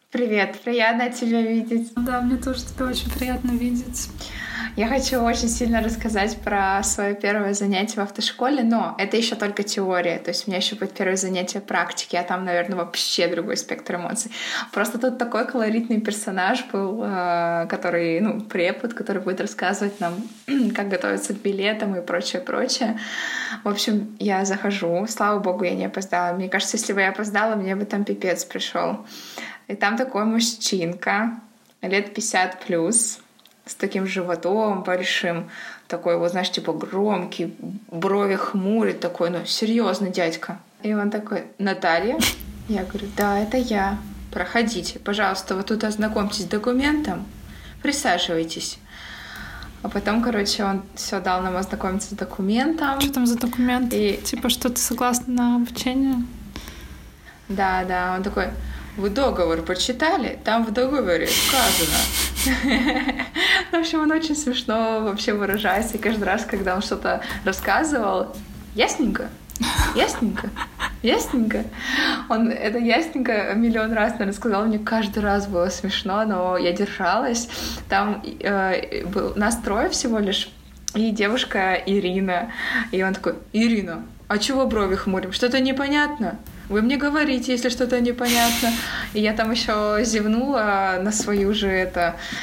Привет, приятно тебя видеть. Да, мне тоже тебя очень приятно видеть. Я хочу очень сильно рассказать про свое первое занятие в автошколе, но это еще только теория, то есть у меня еще будет первое занятие практики, а там, наверное, вообще другой спектр эмоций. Просто тут такой колоритный персонаж был, который, препод, который будет рассказывать нам, как готовиться к билетам и прочее. В общем, я захожу, слава богу, я не опоздала. Мне кажется, если бы я опоздала, мне бы там пипец пришел. И там такой мужчинка, лет 50+, с таким животом большим, такой, вот, знаешь, типа громкий, брови хмурит, такой, серьезный дядька. И он такой: Наталья? Я говорю: да, это я. Проходите, пожалуйста, вот тут ознакомьтесь с документом, присаживайтесь. А потом, он все дал нам ознакомиться с документом. Что там за документ? Типа, что ты согласна на обучение? Да, он такой: вы договор прочитали? Там в договоре сказано. В общем, он очень смешно вообще выражается. И каждый раз, когда он что-то рассказывал, ясненько. Он это ясненько миллион раз, наверное, сказал. Мне каждый раз было смешно, но я держалась. Там был нас трое всего лишь, и девушка Ирина. И он такой: Ирина, а чего брови хмурим? Что-то непонятно? Вы мне говорите, если что-то непонятно. И я там еще зевнула на свою же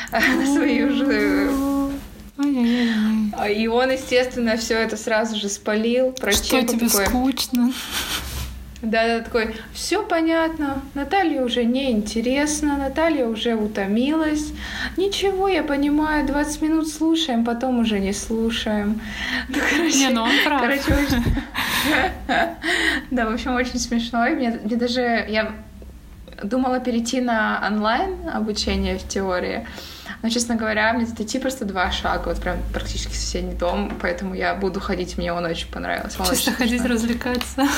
И он, естественно, все это сразу же спалил. Что тебе такой: скучно? Да, такой: все понятно, Наталья уже не интересно, Наталья уже утомилась. Ничего, я понимаю, 20 минут слушаем, потом уже не слушаем. Он прав. Да, в общем, очень смешно. Я думала перейти на онлайн обучение в теории. Но, честно говоря, мне тут идти просто 2 шага, вот прям практически соседний дом, поэтому я буду ходить, мне он очень понравился. Чисто ходить, развлекаться.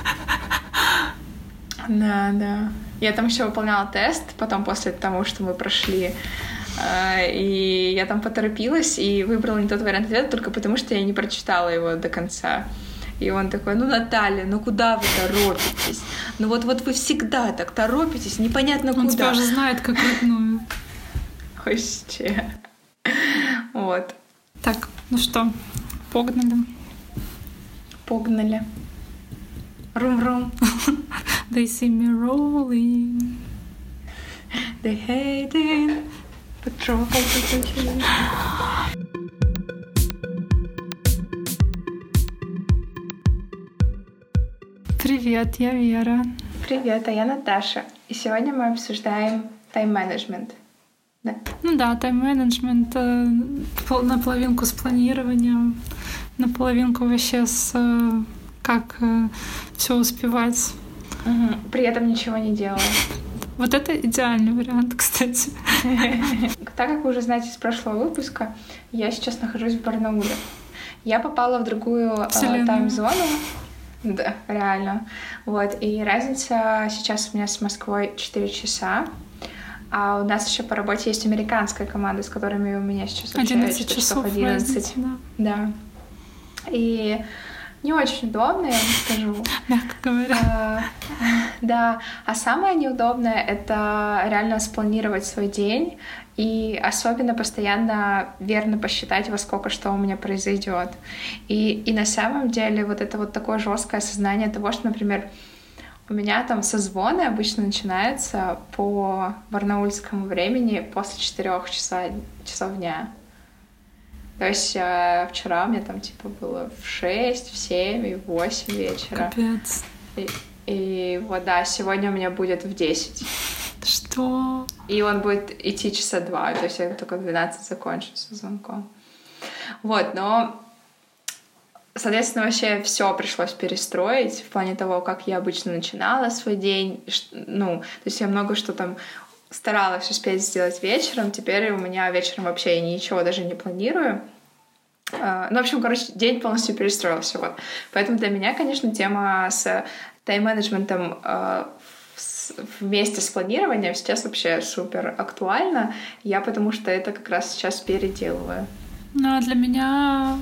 Да. Я там еще выполняла тест, потом после того, что мы прошли, и я там поторопилась и выбрала не тот вариант ответа только потому, что я не прочитала его до конца. И он такой: Наталья, куда вы торопитесь? Вот вы всегда так торопитесь, непонятно куда. Он тебя уже знает как родную. Вообще. Вот. Так, что, погнали. Рум-рум. They see me rolling. They hating. Patrol. Привет, я Вера. Привет, а я Наташа. И сегодня мы обсуждаем тайм-менеджмент. Да? Тайм-менеджмент наполовинку с планированием, наполовинку вообще с как все успевать. При этом ничего не делая. Вот это идеальный вариант, кстати. Так как вы уже знаете из прошлого выпуска, я сейчас нахожусь в Барнауле. Я попала в другую тайм-зону. Да, реально. Вот. И разница сейчас у меня с Москвой 4 часа. А у нас еще по работе есть американская команда, с которыми у меня сейчас общаются 11 часов 11. Да. И не очень удобно, я вам скажу. Мягко говоря. Да. А самое неудобное — это реально спланировать свой день и особенно постоянно верно посчитать, во сколько что у меня произойдет. И на самом деле вот это вот такое жесткое осознание того, что, например, у меня там созвоны обычно начинаются по барнаульскому времени после 4 часов дня. То есть вчера у меня там было в 6, в 7 и в 8 вечера. Капец. И вот, да, сегодня у меня будет в 10. Что? И он будет идти часа 2, то есть я только в 12 закончу со звонком. Вот, но, соответственно, вообще все пришлось перестроить в плане того, как я обычно начинала свой день. То есть я много что там старалась успеть сделать вечером. Теперь у меня вечером вообще я ничего даже не планирую. В общем, день полностью перестроился. Вот. Поэтому для меня, конечно, тема с тайм-менеджментом вместе с планированием сейчас вообще супер актуальна. Я потому что это как раз сейчас переделываю. А для меня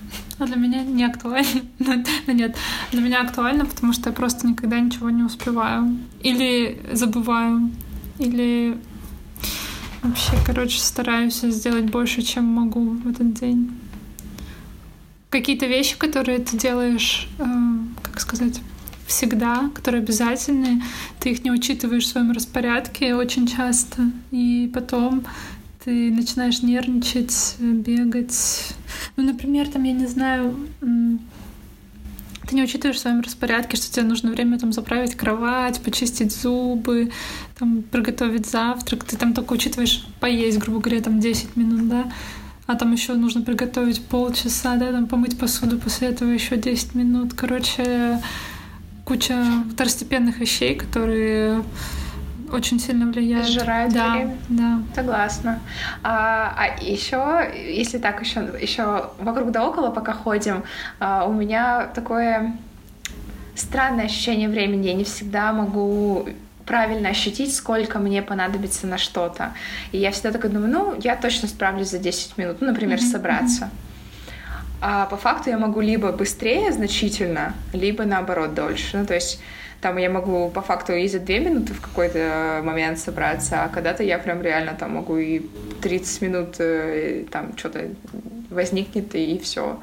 не актуально. Нет, для меня актуально, потому что я просто никогда ничего не успеваю. Или забываю. Или вообще, короче, стараюсь сделать больше, чем могу в этот день. Какие-то вещи, которые ты делаешь, как сказать, всегда, которые обязательные, ты их не учитываешь в своем распорядке очень часто, и потом ты начинаешь нервничать, бегать. Ну, например, там, я не знаю, ты не учитываешь в своем распорядке, что тебе нужно время там заправить кровать, почистить зубы, там, приготовить завтрак. Ты там только учитываешь поесть, грубо говоря, там 10 минут, да, а там еще нужно приготовить полчаса, да, там помыть посуду, после этого еще 10 минут. Короче, куча второстепенных вещей, которые очень сильно влияют. Сжирают время. Да. Согласна. А еще, если так еще вокруг да около пока ходим, у меня такое странное ощущение времени. Я не всегда могу правильно ощутить, сколько мне понадобится на что-то. И я всегда такая думаю, я точно справлюсь за 10 минут, например, собраться. А по факту я могу либо быстрее значительно, либо наоборот дольше. То есть там я могу по факту и за 2 минуты в какой-то момент собраться, а когда-то я прям реально там могу и 30 минут там что-то возникнет и все.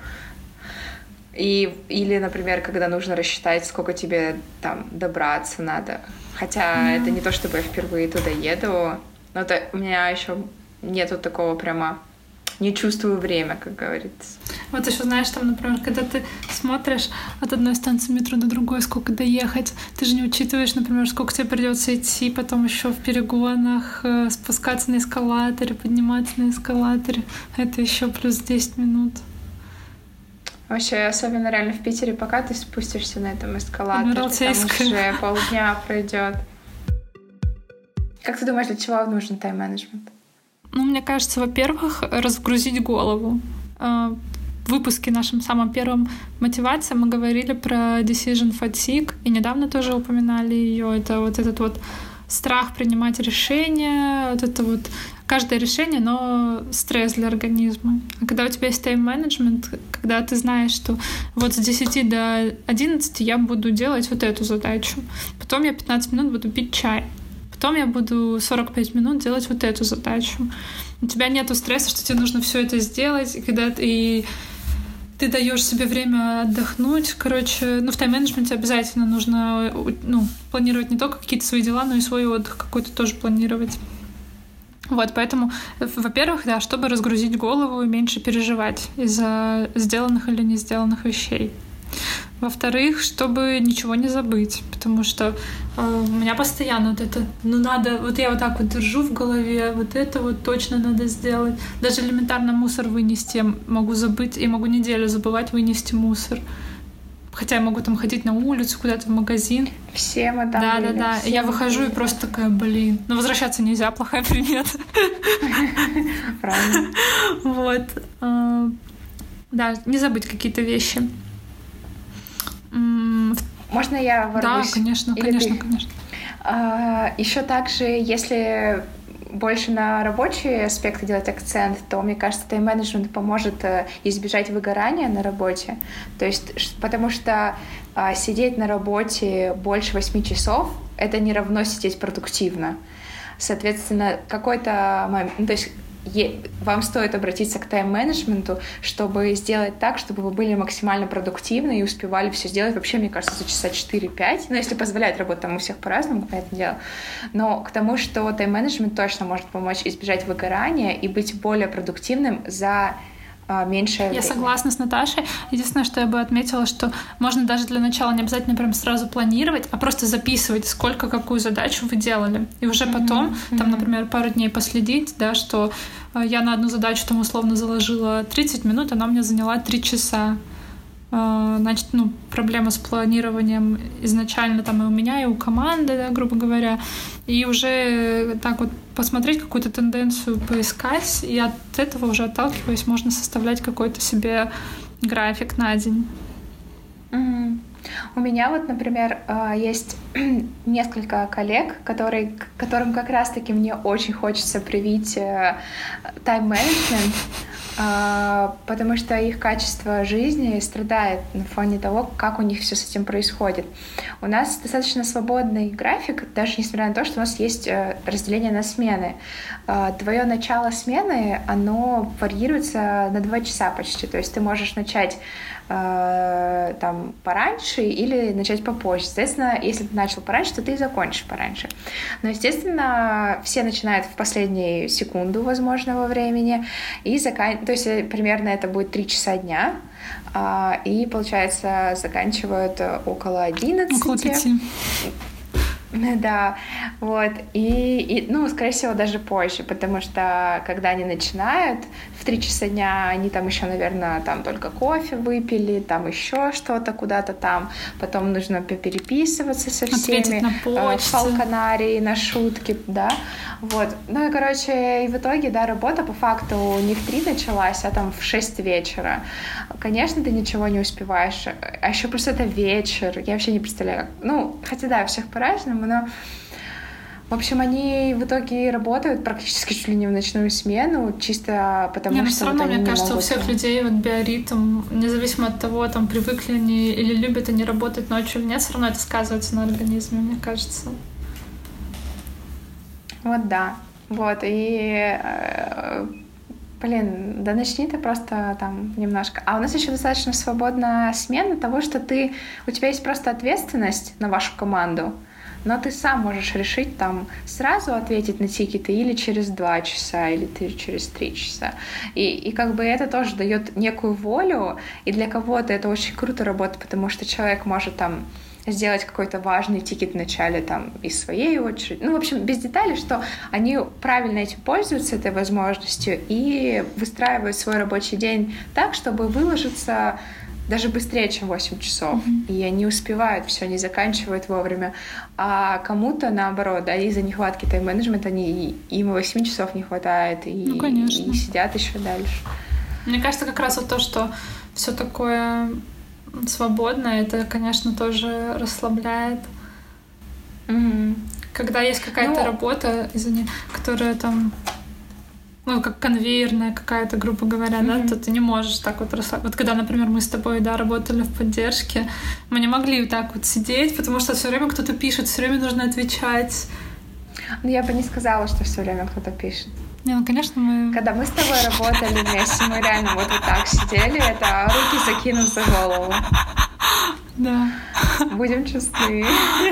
Или, например, когда нужно рассчитать, сколько тебе там добраться надо. Хотя это не то, чтобы я впервые туда еду, но у меня еще нету такого прямо не чувствую время, как говорится. Вот еще знаешь, там, например, когда ты смотришь от одной станции метро до другой, сколько доехать, ты же не учитываешь, например, сколько тебе придется идти, потом еще в перегонах, спускаться на эскалаторе, подниматься на эскалаторе. Это еще плюс 10 минут. Вообще, особенно реально в Питере, пока ты спустишься на этом эскалаторе, там уже полдня пройдет. Как ты думаешь, для чего нужен тайм-менеджмент? Ну, мне кажется, во-первых, разгрузить голову. В выпуске нашем самом первом «Мотивация» мы говорили про decision fatigue, и недавно тоже упоминали ее. Это вот этот вот страх принимать решения, вот это вот каждое решение, но стресс для организма. А когда у тебя есть тайм-менеджмент, когда ты знаешь, что вот с 10 до 11 я буду делать вот эту задачу, потом я 15 минут буду пить чай, потом я буду 45 минут делать вот эту задачу. У тебя нету стресса, что тебе нужно все это сделать, и когда ты даешь себе время отдохнуть. Короче, в тайм-менеджменте обязательно нужно планировать не только какие-то свои дела, но и свой отдых какой-то тоже планировать. Вот, поэтому, во-первых, да, чтобы разгрузить голову и меньше переживать из-за сделанных или не сделанных вещей. Во-вторых, чтобы ничего не забыть, потому что у меня постоянно вот это, надо, вот я вот так вот держу в голове, вот это вот точно надо сделать. Даже элементарно мусор вынести я могу забыть, и могу неделю забывать вынести мусор. Хотя я могу там ходить на улицу, куда-то в магазин. Все мы там были. Да. И я выхожу и просто такая, но возвращаться нельзя, плохая примета. Правильно. Вот. Да, не забыть какие-то вещи. Можно я ворвусь? Да, конечно. Еще также, если больше на рабочие аспекты делать акцент, то, мне кажется, тайм-менеджмент поможет избежать выгорания на работе. То есть, потому что сидеть на работе больше 8 часов — это не равно сидеть продуктивно. Соответственно, какой-то момент... то есть вам стоит обратиться к тайм-менеджменту, чтобы сделать так, чтобы вы были максимально продуктивны и успевали все сделать. Вообще, мне кажется, за часа 4-5. Если позволяет работа, там у всех по-разному, понятное дело. Но к тому, что тайм-менеджмент точно может помочь избежать выгорания и быть более продуктивным за меньшее время. Я согласна с Наташей. Единственное, что я бы отметила, что можно даже для начала не обязательно прям сразу планировать, а просто записывать, сколько, какую задачу вы делали. И уже потом, там, например, пару дней последить, да, что я на одну задачу там условно заложила 30 минут, она мне заняла 3 часа. Значит, проблема с планированием изначально там и у меня, и у команды, да, грубо говоря. И уже так вот посмотреть какую-то тенденцию, поискать, и от этого уже отталкиваясь, можно составлять какой-то себе график на день. У меня вот, например, есть несколько коллег, которым как раз-таки мне очень хочется привить тайм-менеджмент. потому что их качество жизни страдает на фоне того, как у них все с этим происходит. У нас достаточно свободный график, даже несмотря на то, что у нас есть разделение на смены. Твое начало смены, оно варьируется на 2 часа почти, то есть ты можешь начать там пораньше или начать попозже. Соответственно, если ты начал пораньше, то ты и закончишь пораньше. Но, естественно, все начинают в последнюю секунду возможного времени и то есть примерно это будет 3 часа дня, и, получается, заканчивают около 11. Около 5. Да, вот, и, ну, скорее всего, даже позже, потому что, когда они начинают в 3 часа дня, они там еще, наверное, там только кофе выпили, там еще что-то куда-то там, потом нужно переписываться со всеми, в фалконарии, на шутки, да, вот, ну и, короче, и в итоге, да, работа по факту не в 3 началась, а там в 6 вечера. Конечно, ты ничего не успеваешь, а еще просто это вечер, я вообще не представляю, как, ну, хотя, да, у всех по-разному, но, в общем, они в итоге работают практически чуть ли не в ночную смену, чисто потому что... Но все равно, мне кажется, у всех людей вот биоритм, независимо от того, там, привыкли они или любят они работать ночью или нет, все равно это сказывается на организме, мне кажется. Вот, да. Вот, и... Блин, да начни ты просто там немножко. А у нас еще достаточно свободная смена того, что у тебя есть просто ответственность на вашу команду, но ты сам можешь решить там сразу ответить на тикеты или через 2 часа, или через 3 часа. И как бы это тоже дает некую волю, и для кого-то это очень круто работает, потому что человек может там сделать какой-то важный тикет в начале там и своей очереди. Ну, в общем, без деталей, что они правильно этим пользуются, этой возможностью, и выстраивают свой рабочий день так, чтобы выложиться даже быстрее, чем 8 часов. И они успевают все, они заканчивают вовремя. А кому-то, наоборот, да, из-за нехватки тайм-менеджмента им и 8 часов не хватает, и сидят еще дальше. Мне кажется, как раз вот то, что все такое свободное, это, конечно, тоже расслабляет. Когда есть какая-то работа, извини, которая там, ну, как конвейерная какая-то, грубо говоря, да, то ты не можешь так вот расслабиться. Вот когда, например, мы с тобой, да, работали в поддержке, мы не могли вот так вот сидеть, потому что все время кто-то пишет, все время нужно отвечать. Ну, я бы не сказала, что все время кто-то пишет. Не, ну, конечно, мы... Когда мы с тобой работали вместе, мы реально вот так сидели, это руки закинув за голову. Да. Будем честны.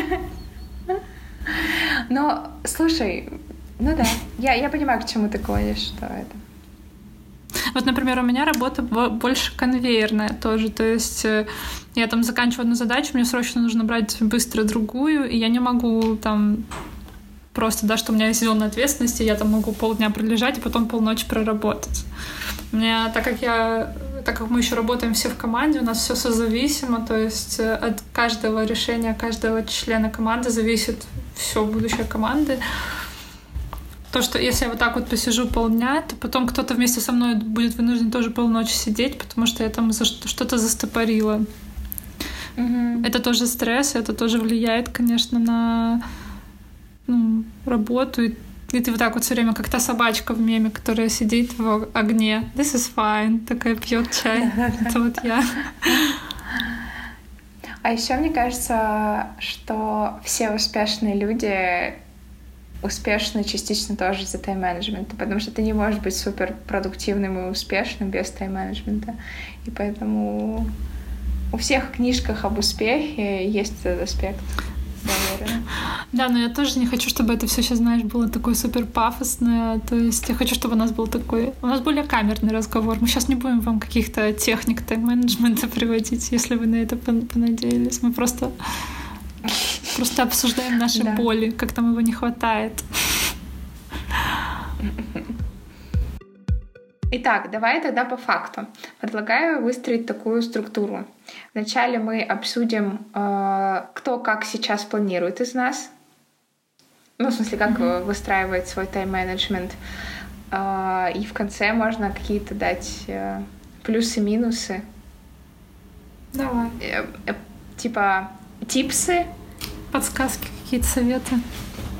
Но, слушай, ну да, я понимаю, к чему ты клонишь, что это. Вот, например, у меня работа больше конвейерная тоже, то есть я там заканчиваю одну задачу, мне срочно нужно брать быстро другую, и я не могу там... Просто, да, что у меня есть зона ответственности, я там могу полдня пролежать и потом полночи проработать. У меня, так как мы еще работаем все в команде, у нас все созависимо, то есть от каждого решения, каждого члена команды зависит все будущее команды. То, что если я вот так вот посижу полдня, то потом кто-то вместе со мной будет вынужден тоже полночи сидеть, потому что я там что-то застопорила. Это тоже стресс, это тоже влияет, конечно, на работу, и ты вот так вот все время, как та собачка в меме, которая сидит в огне. This is fine. Такая пьет чай. Это вот я. А еще мне кажется, что все успешные люди успешны частично тоже из-за тайм-менеджмента, потому что ты не можешь быть суперпродуктивным и успешным без тайм-менеджмента. И поэтому у всех в книжках об успехе есть этот аспект. Да, но я тоже не хочу, чтобы это все сейчас, знаешь, было такое супер пафосное. То есть я хочу, чтобы у нас был такой... У нас более камерный разговор. Мы сейчас не будем вам каких-то техник тайм-менеджмента приводить, если вы на это понадеялись. Мы просто обсуждаем наши боли, как нам его не хватает. Итак, давай тогда по факту. Предлагаю выстроить такую структуру. Вначале мы обсудим, кто как сейчас планирует из нас. Ну, в смысле, как выстраивает свой тайм-менеджмент. И в конце можно какие-то дать плюсы-минусы. Давай. Типа типсы. Подсказки, какие-то советы.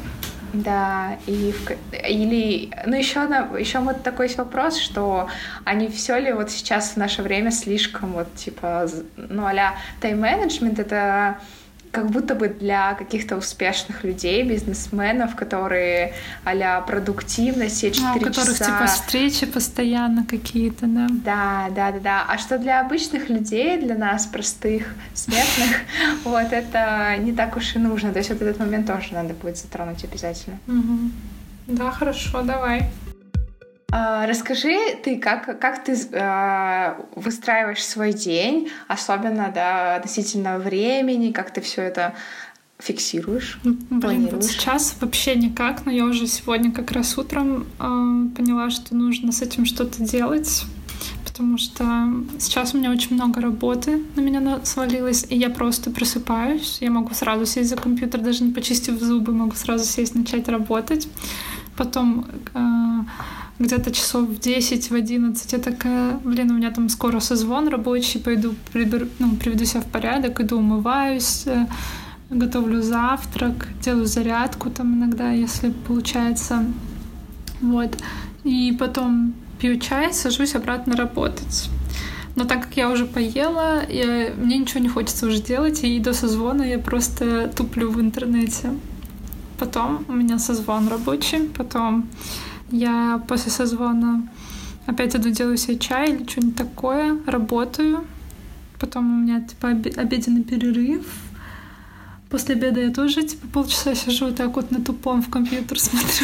Да, или, ну еще вот такой есть вопрос, что они все ли вот сейчас в наше время слишком вот типа, ну а-ля тайм-менеджмент — это как будто бы для каких-то успешных людей, бизнесменов, которые а-ля продуктивность, все 4 у которых часа. типа встречи постоянно какие-то, да. Да. А что для обычных людей, для нас, простых, смертных, вот это не так уж и нужно. То есть вот этот момент тоже надо будет затронуть обязательно. Да, хорошо, давай. Расскажи ты, как ты выстраиваешь свой день, особенно относительно времени, как ты все это фиксируешь, планируешь? Вот сейчас вообще никак, но я уже сегодня как раз утром поняла, что нужно с этим что-то делать, потому что сейчас у меня очень много работы на меня свалилось, и я просто просыпаюсь, я могу сразу сесть за компьютер, даже не почистив зубы, могу сразу сесть, начать работать. Потом где-то часов в 10, в 11 я такая, у меня там скоро созвон рабочий, пойду приведу себя в порядок, иду умываюсь, готовлю завтрак, делаю зарядку там иногда, если получается. Вот. И потом пью чай, сажусь обратно работать. Но так как я уже поела, мне ничего не хочется уже делать, и до созвона я просто туплю в интернете. Потом у меня созвон рабочий, потом я после созвона опять иду, делаю себе чай или что-нибудь такое, работаю. Потом у меня типа обеденный перерыв. После обеда я тоже типа полчаса сижу вот так вот на тупом в компьютер смотрю.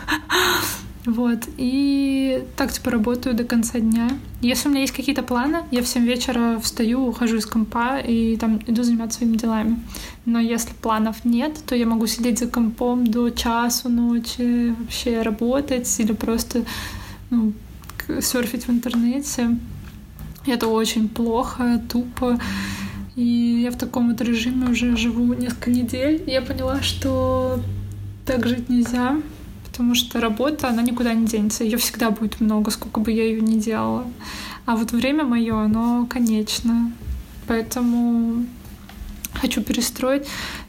Вот. И так типа работаю до конца дня. Если у меня есть какие-то планы, я в 7 вечера встаю, ухожу из компа и там иду заниматься своими делами. Но если планов нет, то я могу сидеть за компом до часу ночи, вообще работать или просто серфить в интернете. И это очень плохо, тупо. И я в таком вот режиме уже живу несколько недель. И я поняла, что так жить нельзя, потому что работа, она никуда не денется. Ее всегда будет много, сколько бы я ее ни делала. А вот время мое, оно конечно. Поэтому хочу перестроить.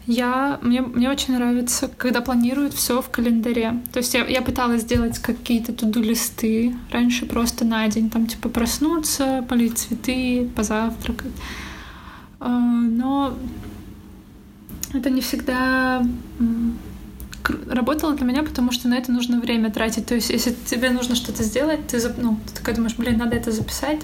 Мне очень нравится, когда планируют все в календаре. То есть я пыталась сделать какие-то туду-листы раньше просто на день. Там типа проснуться, полить цветы, позавтракать. Но это не всегда работало для меня, потому что на это нужно время тратить. То есть если тебе нужно что-то сделать, ты такая думаешь, надо это записать,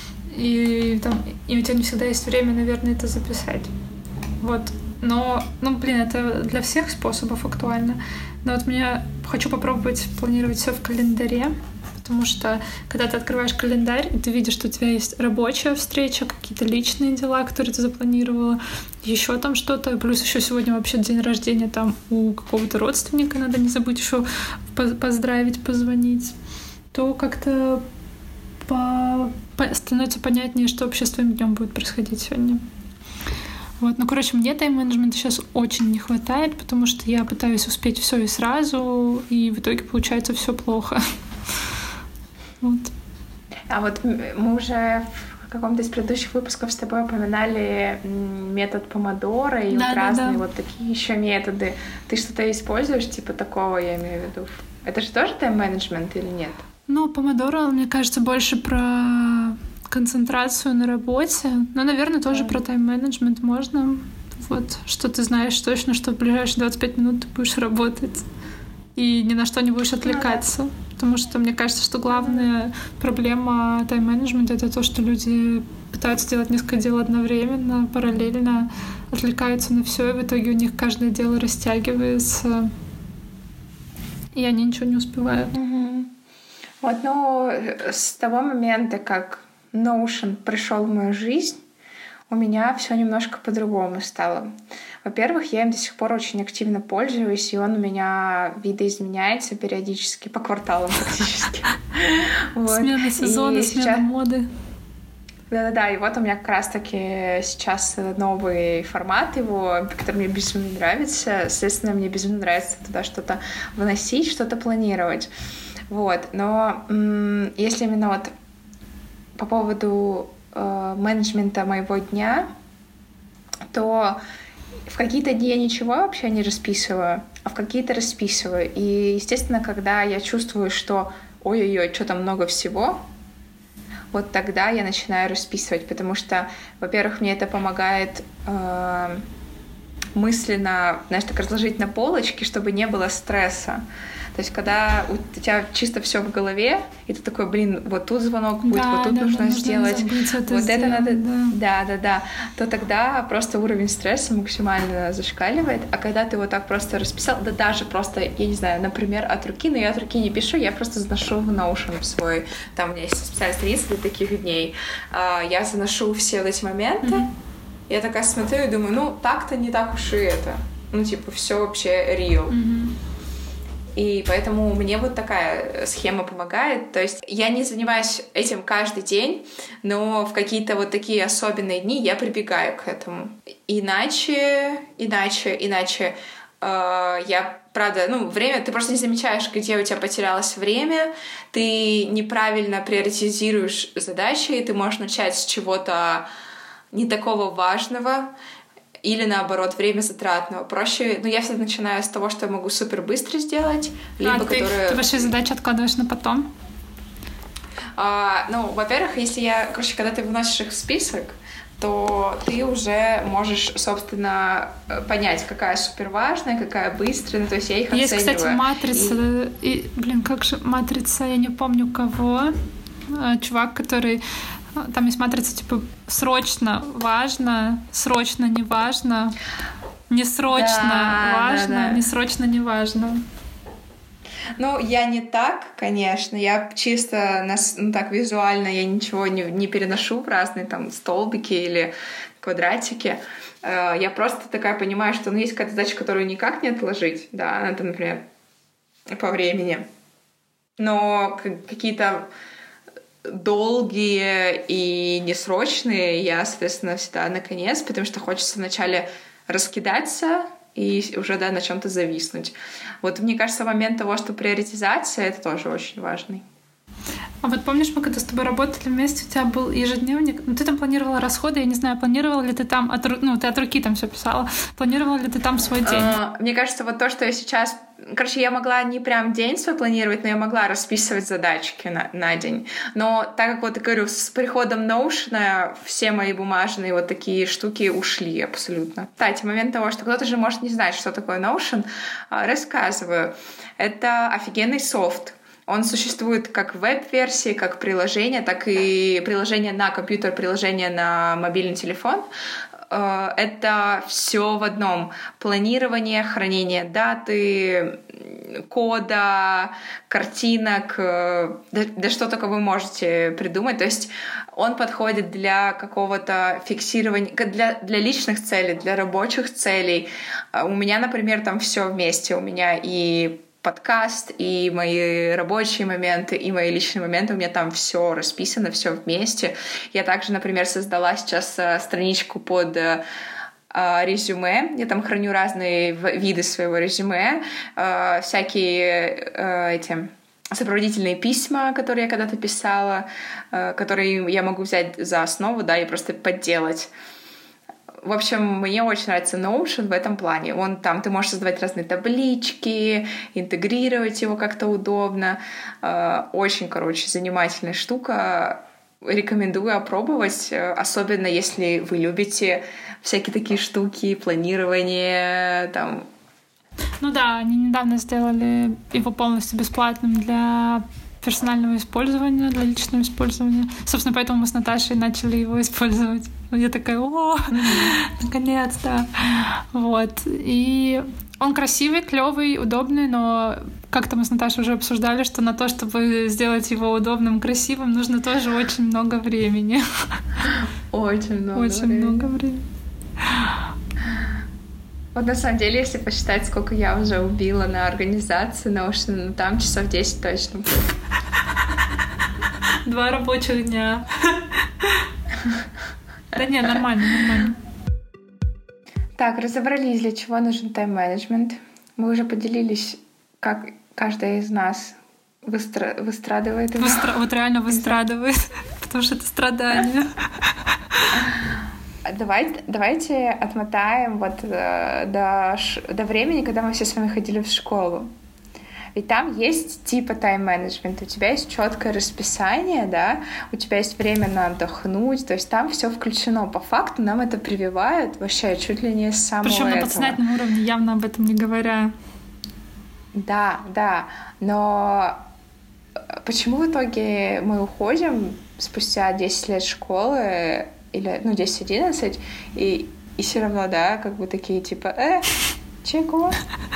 и у тебя не всегда есть время, наверное, это записать. Вот. Но, это для всех способов актуально. Но вот хочу попробовать планировать все в календаре, потому что когда ты открываешь календарь, и ты видишь, что у тебя есть рабочая встреча, какие-то личные дела, которые ты запланировала, еще там что-то, плюс еще сегодня вообще день рождения там у какого-то родственника, надо не забыть еще поздравить, позвонить, то как-то становится понятнее, что вообще с твоим днем будет происходить сегодня. Вот. Мне тайм-менеджмента сейчас очень не хватает, потому что я пытаюсь успеть все и сразу, и в итоге получается все плохо. Вот. А вот мы уже в каком-то из предыдущих выпусков с тобой упоминали метод помодоро и разные вот такие еще методы. Ты что-то используешь типа такого, я имею в виду? Это же тоже тайм-менеджмент или нет? Помодоро, мне кажется, больше про концентрацию на работе. Но, наверное, тоже про тайм-менеджмент можно. Вот, что ты знаешь точно, что в ближайшие 25 минут ты будешь работать и ни на что не будешь отвлекаться. Потому что мне кажется, что главная проблема тайм-менеджмента — это то, что люди пытаются делать несколько дел одновременно, параллельно, отвлекаются на все, и в итоге у них каждое дело растягивается, и они ничего не успевают. Вот, с того момента, как Notion пришел в мою жизнь, у меня все немножко по-другому стало. Во-первых, я им до сих пор очень активно пользуюсь, и он у меня видоизменяется периодически, по кварталам практически. Смена сезона, смена моды. Да, и вот у меня как раз-таки сейчас новый формат его, который мне безумно нравится. Соответственно, мне безумно нравится туда что-то выносить, что-то планировать. Вот. Но если именно вот по поводу менеджмента моего дня, то в какие-то дни я ничего вообще не расписываю, а в какие-то расписываю. И, естественно, когда я чувствую, что ой-ой-ой, что-то много всего, вот тогда я начинаю расписывать, потому что, во-первых, мне это помогает мысленно, знаешь, так разложить на полочке, чтобы не было стресса. То есть, когда у тебя чисто все в голове, и ты такой, блин, вот тут звонок будет, да, вот тут нужно сделать, вот это надо, да. то тогда просто уровень стресса максимально зашкаливает. А когда ты вот так просто расписал, да даже просто, я не знаю, например, от руки, но я от руки не пишу, я просто заношу в Notion свой, там у меня есть специальная страница для таких дней, я заношу все вот эти моменты, я такая смотрю и думаю, ну так-то не так уж и это, ну типа все вообще real. И поэтому мне вот такая схема помогает. То есть я не занимаюсь этим каждый день, но в какие-то вот такие особенные дни я прибегаю к этому. Иначе я, правда, время, ты просто не замечаешь, где у тебя потерялось время, ты неправильно приоритизируешь задачи, и ты можешь начать с чего-то не такого важного, или наоборот, время затратного. Проще, я всегда начинаю с того, что я могу супер быстро сделать, либо ты ваши задачи откладываешь на потом? Во-первых, когда ты вносишь их в список, то ты уже можешь, собственно, понять, какая супер важная, какая быстрая. То есть я их оцениваю. Есть, кстати, матрица. Как же матрица, я не помню кого. Чувак, который... Там есть матрица, типа, срочно важно, срочно не важно, не срочно важно, не срочно не важно. Я не так, конечно. Я чисто так визуально я ничего не переношу в разные там столбики или квадратики. Я просто такая понимаю, что есть какая-то задача, которую никак не отложить. Да, это, например, по времени. Но какие-то долгие и несрочные я, соответственно, всегда наконец, потому что хочется вначале раскидаться и уже, на чем-то зависнуть. Вот мне кажется, момент того, что приоритизация — это тоже очень важный. А вот помнишь, мы когда с тобой работали вместе, у тебя был ежедневник, ты там планировала расходы, я не знаю, планировала ли ты там, ты от руки там все писала, планировала ли ты там свой день? Мне кажется, вот то, что я сейчас... я могла не прям день свой планировать, но я могла расписывать задачки на день. Но так как, я говорю, с приходом Notion все мои бумажные вот такие штуки ушли абсолютно. Кстати, момент того, что кто-то же может не знать, что такое Notion, рассказываю. Это офигенный софт. Он существует как в веб-версии, как приложение, так и приложение на компьютер, приложение на мобильный телефон. Это все в одном. Планирование, хранение даты, кода, картинок, да что только вы можете придумать. То есть он подходит для какого-то фиксирования, для личных целей, для рабочих целей. У меня, например, там все вместе. У меня и подкаст, и мои рабочие моменты, и мои личные моменты. У меня там все расписано, все вместе. Я также, например, создала сейчас страничку под резюме. Я там храню разные виды своего резюме, всякие сопроводительные письма, которые я когда-то писала, которые я могу взять за основу, и просто подделать. В общем, мне очень нравится Notion в этом плане. Там ты можешь создавать разные таблички, интегрировать его как-то удобно. Очень, занимательная штука. Рекомендую опробовать, особенно если вы любите всякие такие штуки, планирование, там. Они недавно сделали его полностью бесплатным для персонального использования, для личного использования. Собственно, поэтому мы с Наташей начали его использовать. Я такая, наконец-то. Вот. И он красивый, клёвый, удобный, но как-то мы с Наташей уже обсуждали, что на то, чтобы сделать его удобным, красивым, нужно тоже очень много времени. Очень много времени. Вот на самом деле, если посчитать, сколько я уже убила на организацию Notion, там часов 10 точно будет. 2 рабочих дня. Да не, нормально. Так, разобрались, для чего нужен тайм-менеджмент. Мы уже поделились, как каждая из нас выстрадывает его. Вот реально выстрадывает, потому что это страдание. Давайте отмотаем вот до времени, когда мы все с вами ходили в школу. Ведь там есть типа тайм-менеджмент, у тебя есть четкое расписание, да, у тебя есть время на отдохнуть, то есть там все включено. По факту нам это прививают вообще чуть ли не с самого Причем на подсознательном уровне, явно об этом не говоря. Да, но почему в итоге мы уходим спустя 10 лет школы, или, 10-11, и все равно, да, как бы такие, типа, чего?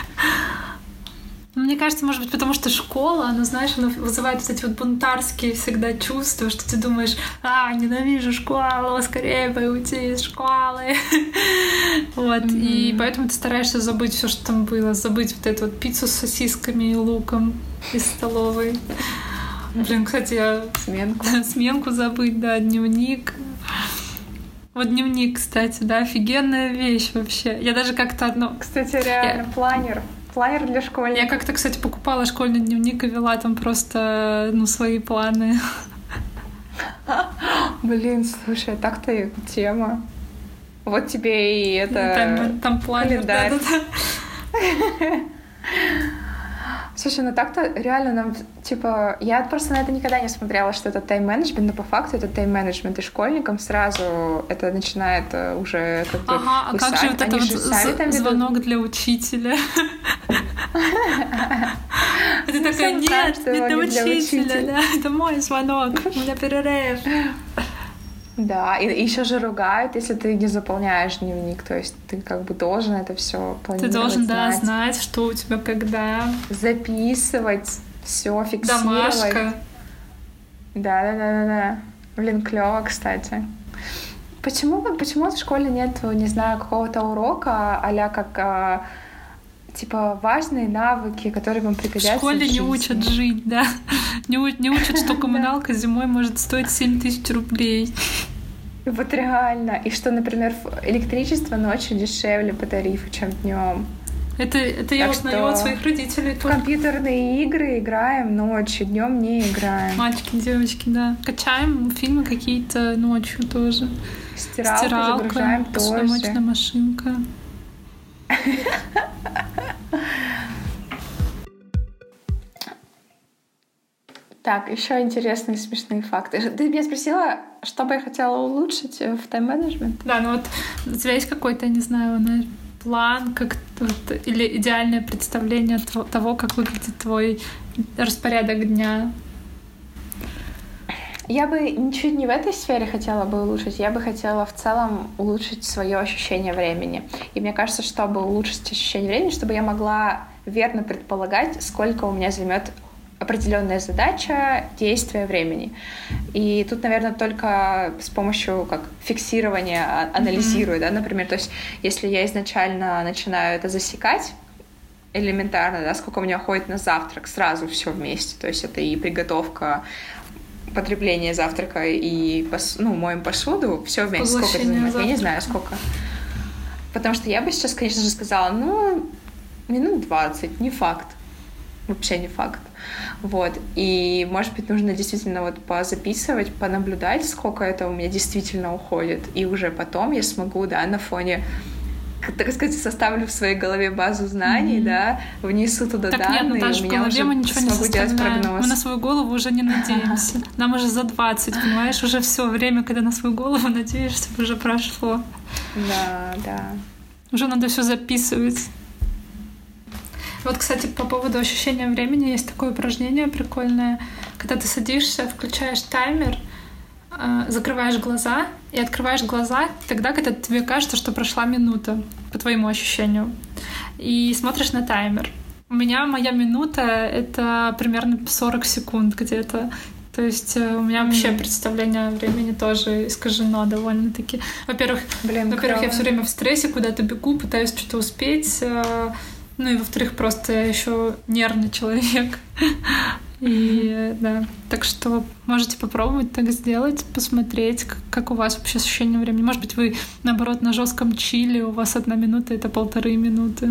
Мне кажется, может быть, потому что школа, она, знаешь, она вызывает вот эти вот бунтарские всегда чувства, что ты думаешь, ненавижу школу, скорее бы уйти из школы. Вот, и поэтому ты стараешься забыть все, что там было, забыть вот эту вот пиццу с сосисками и луком из столовой. Блин, кстати, я... Сменку забыть, да, дневник. Вот дневник, кстати, да, офигенная вещь вообще. Я даже как-то Кстати, реально, планер для школьников. Я как-то, кстати, покупала школьный дневник и вела там просто, свои планы. Блин, слушай, так-то тема. Вот тебе и это... Там планер, да. Слушай, так-то реально нам, типа... Я просто на это никогда не смотрела, что это тайм-менеджмент, но по факту это тайм-менеджмент, и школьникам сразу это начинает уже как бы а как же вот это вот звонок для учителя? Ты такая, нет, не для учителя, это мой звонок, у меня перерыв. Да, и еще же ругают, если ты не заполняешь дневник, то есть ты как бы должен это все планировать. Ты должен, знать, что у тебя когда. Записывать, все фиксировать. Домашка. Да. Блин, клево, кстати. Почему в школе нет, не знаю, какого-то урока, а-ля как типа важные навыки, которые вам пригодятся в школе жизни? Не учат жить, да. Не учат, что коммуналка зимой может стоить 7000 рублей. Вот реально. И что, например, электричество ночью дешевле по тарифу, чем днем. Это я узнаю от своих родителей. В компьютерные игры играем ночью, днем не играем. Мальчики, девочки, да. Качаем фильмы какие-то ночью тоже. Стиралку загружаем тоже. Посудомоечная машинка. Так, еще интересные смешные факты. Ты меня спросила, что бы я хотела улучшить в тайм-менеджмент? Да, вот у тебя есть какой-то, не знаю, план или идеальное представление того, как выглядит твой распорядок дня? Я бы ничуть не в этой сфере хотела бы улучшить. Я бы хотела в целом улучшить свое ощущение времени. И мне кажется, чтобы улучшить ощущение времени, чтобы я могла верно предполагать, сколько у меня займет определенная задача, действия времени. И тут, наверное, только с помощью фиксирования анализирую, да, например, то есть если я изначально начинаю это засекать элементарно, да, сколько у меня уходит на завтрак, сразу все вместе, то есть это и приготовка, потребление завтрака и моем посуду, все вместе, сколько это занимает, я не знаю, сколько. Потому что я бы сейчас, конечно же, сказала, минут 20, не факт. Вообще не факт. Вот. И, может быть, нужно действительно позаписывать, понаблюдать, сколько это у меня действительно уходит. И уже потом я смогу, да, на фоне, так сказать, составлю в своей голове базу знаний, да, внесу туда данные, нет, и у меня уже смогу делать прогноз. Мы на свою голову уже не надеемся. Нам уже за 20, понимаешь? Уже все время, когда на свою голову надеешься, уже прошло. Да. Уже надо все записывать. Вот, кстати, по поводу ощущения времени есть такое упражнение прикольное. Когда ты садишься, включаешь таймер, закрываешь глаза и открываешь глаза тогда, когда тебе кажется, что прошла минута, по твоему ощущению. И смотришь на таймер. У меня моя минута — это примерно 40 секунд где-то. То есть у меня вообще представление о времени тоже искажено довольно-таки. Во-первых, я все время в стрессе, куда-то бегу, пытаюсь что-то успеть. И во-вторых, просто я еще нервный человек. И да, так что можете попробовать так сделать, посмотреть, как у вас вообще ощущение времени. Может быть, вы, наоборот, на жестком чиле, у вас 1 минута — это 1,5 минуты.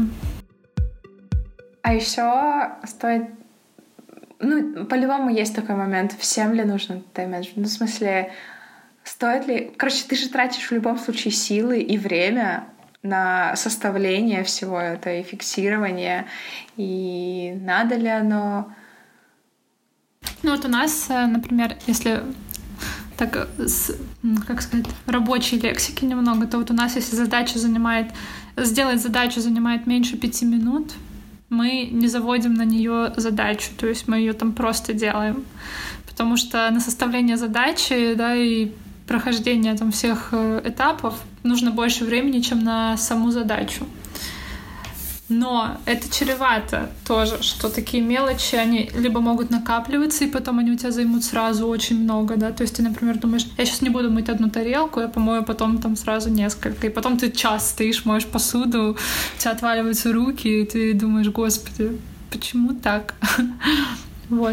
А еще стоит... по-любому есть такой момент. Всем ли нужен тайм-менеджмент? В смысле, стоит ли... Короче, ты же тратишь в любом случае силы и время на составление всего этого и фиксирование, и надо ли оно... Ну вот у нас, например, если так, как сказать, рабочей лексики немного, то вот у нас, если сделать задачу занимает меньше 5 минут, мы не заводим на нее задачу, то есть мы ее там просто делаем. Потому что на составление задачи, да, и прохождение там всех этапов нужно больше времени, чем на саму задачу. Но это чревато тоже, что такие мелочи, они либо могут накапливаться, и потом они у тебя займут сразу очень много, да, то есть ты, например, думаешь, я сейчас не буду мыть одну тарелку, я помою потом там сразу несколько, и потом ты час стоишь, моешь посуду, у тебя отваливаются руки, и ты думаешь, господи, почему так? Вот.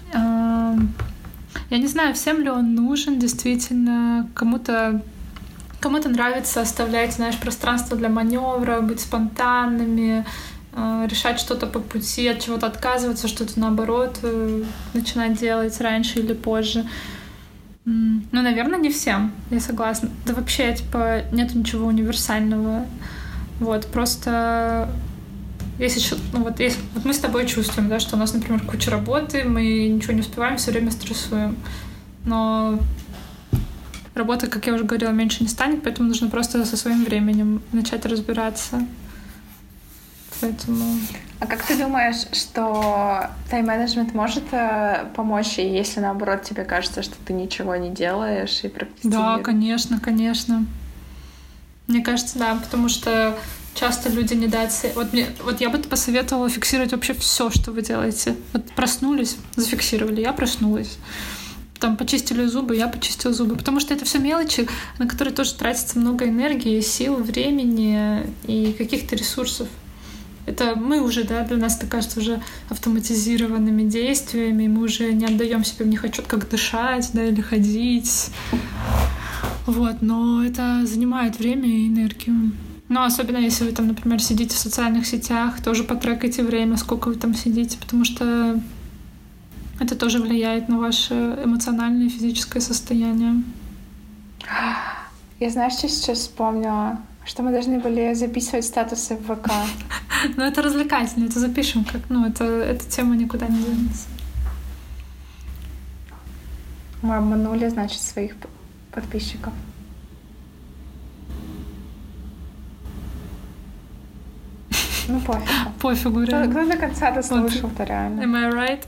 Я не знаю, всем ли он нужен, действительно, кому-то нравится оставлять, знаешь, пространство для маневра, быть спонтанными, решать что-то по пути, от чего-то отказываться, что-то наоборот начинать делать раньше или позже. Ну, наверное, не всем, я согласна. Да вообще, типа, нет ничего универсального. Вот, просто если вот мы с тобой чувствуем, да, что у нас, например, куча работы, мы ничего не успеваем, все время стрессуем. Но работа, как я уже говорила, меньше не станет, поэтому нужно просто со своим временем начать разбираться. Поэтому... А как ты думаешь, что тайм-менеджмент может помочь, если, наоборот, тебе кажется, что ты ничего не делаешь и прокрастинируешь? Да, конечно, конечно. Мне кажется, да, потому что часто люди недооценивают. Вот я бы посоветовала фиксировать вообще все, что вы делаете. Вот проснулись, зафиксировали, я проснулась. Там почистили зубы, я почистила зубы. Потому что это все мелочи, на которые тоже тратится много энергии, сил, времени и каких-то ресурсов. Это мы уже, да, для нас это кажется уже автоматизированными действиями, мы уже не отдаем себе в них отчет, как дышать, да, или ходить. Вот, но это занимает время и энергию. Но особенно если вы там, например, сидите в социальных сетях, тоже потрекайте время, сколько вы там сидите, потому что это тоже влияет на ваше эмоциональное и физическое состояние. Я, знаешь, что сейчас вспомнила? Что мы должны были записывать статусы в ВК. Ну, это развлекательно, это запишем, как, эта тема никуда не денется. Мы обманули, значит, своих подписчиков. Ну, пофигу. Пофигу, реально. Кто до конца дослушал-то реально? Am I right?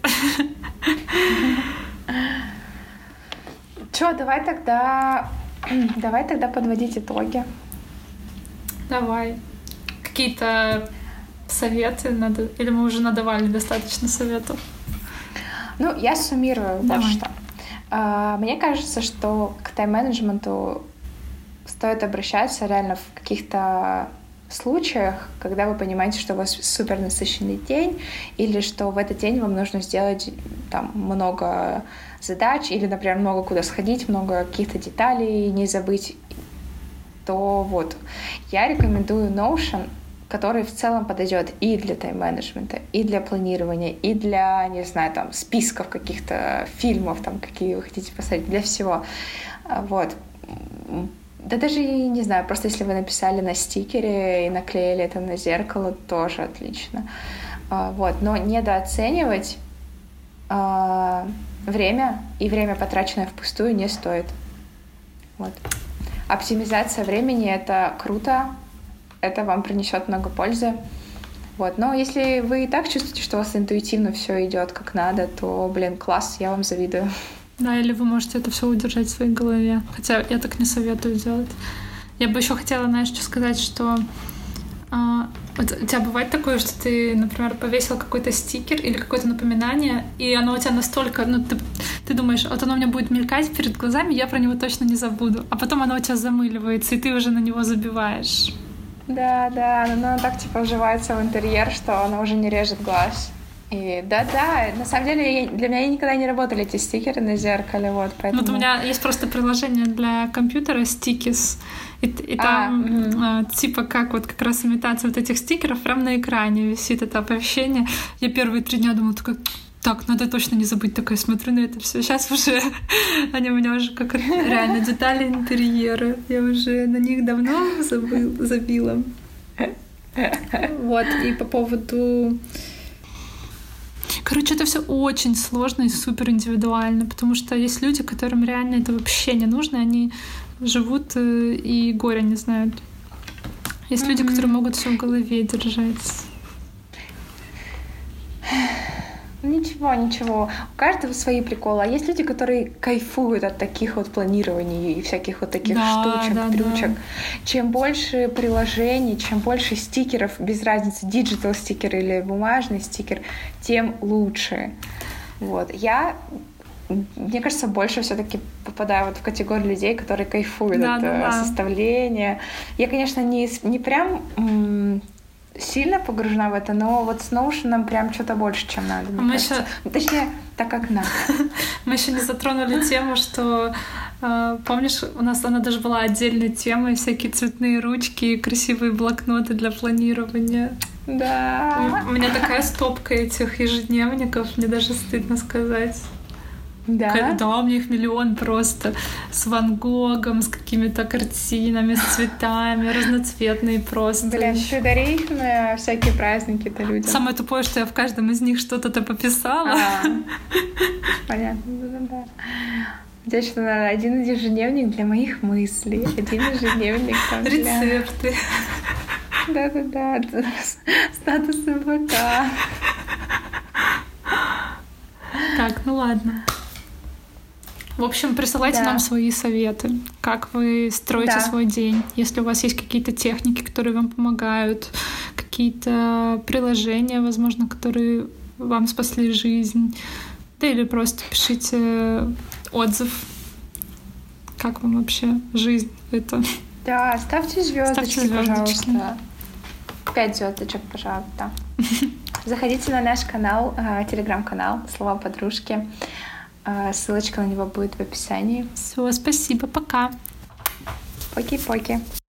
Чё, давай тогда подводить итоги. Давай. Какие-то советы надо? Или мы уже надавали достаточно советов? Ну, я суммирую вот что. Мне кажется, что к тайм-менеджменту стоит обращаться реально в каких-то случаях, когда вы понимаете, что у вас супер насыщенный день, или что в этот день вам нужно сделать там много задач, или, например, много куда сходить, много каких-то деталей не забыть, то вот я рекомендую Notion, который в целом подойдет и для тайм-менеджмента, и для планирования, и для, не знаю, там, списков каких-то фильмов, там, какие вы хотите посмотреть, для всего. Вот. Да даже, не знаю, просто если вы написали на стикере и наклеили это на зеркало, тоже отлично. Вот. Но недооценивать время, и время, потраченное впустую, не стоит. Вот. Оптимизация времени — это круто, это вам принесет много пользы. Вот. Но если вы и так чувствуете, что у вас интуитивно все идет как надо, то, класс, я вам завидую. Да, или вы можете это все удержать в своей голове. Хотя я так не советую делать. Я бы еще хотела, знаешь, что сказать, что вот у тебя бывает такое, что ты, например, повесил какой-то стикер или какое-то напоминание, и оно у тебя настолько, ты думаешь, вот оно у меня будет мелькать перед глазами, я про него точно не забуду. А потом оно у тебя замыливается, и ты уже на него забиваешь. Да, оно так типа вживается в интерьер, что оно уже не режет глаз. И да, на самом деле для меня никогда не работали эти стикеры на зеркале, вот, поэтому... Вот у меня есть просто приложение для компьютера Stickies, и там типа как раз имитация вот этих стикеров, прям на экране висит это оповещение. Я первые 3 дня думала, Так, надо точно не забыть, такая смотрю на это все. Сейчас уже они у меня уже как реально детали интерьера. Я уже на них давно забила. Вот, и по поводу... Короче, это все очень сложно и супер индивидуально, потому что есть люди, которым реально это вообще не нужно, они живут и горя не знают. Есть люди, которые могут все в голове держать. Ничего. У каждого свои приколы. А есть люди, которые кайфуют от таких вот планирований и всяких вот таких штучек, трючек. Да. Чем больше приложений, чем больше стикеров, без разницы, диджитал стикер или бумажный стикер, тем лучше. Вот. Мне кажется, больше все-таки попадаю вот в категорию людей, которые кайфуют от составления. Я, конечно, не прям сильно погружена в это, но вот с Notion прям что-то больше, чем надо. Точнее, так как надо. Мы еще не затронули тему, что помнишь, у нас она даже была отдельной темой, всякие цветные ручки, красивые блокноты для планирования. Да. У меня такая стопка этих ежедневников, мне даже стыдно сказать. Да? Да, у меня их миллион просто. С Ван Гогом, с какими-то картинами, с цветами, разноцветные просто. Блин, ты дари их на всякие праздники-то людям. Самое тупое, что я в каждом из них что-то пописала. Понятно, да. Здесь что надо? Один ежедневник для моих мыслей, один ежедневник там для... Рецепты. Да. Статус ВК. Так, ну ладно. В общем, присылайте нам свои советы, как вы строите свой день. Если у вас есть какие-то техники, которые вам помогают, какие-то приложения, возможно, которые вам спасли жизнь, да или просто пишите отзыв, как вам вообще жизнь это. Да, ставьте звездочки, пожалуйста. 5 звездочек, пожалуйста. Заходите на наш канал, телеграм-канал «Слова подружки». Ссылочка на него будет в описании. Все, спасибо, пока. Поки-поки.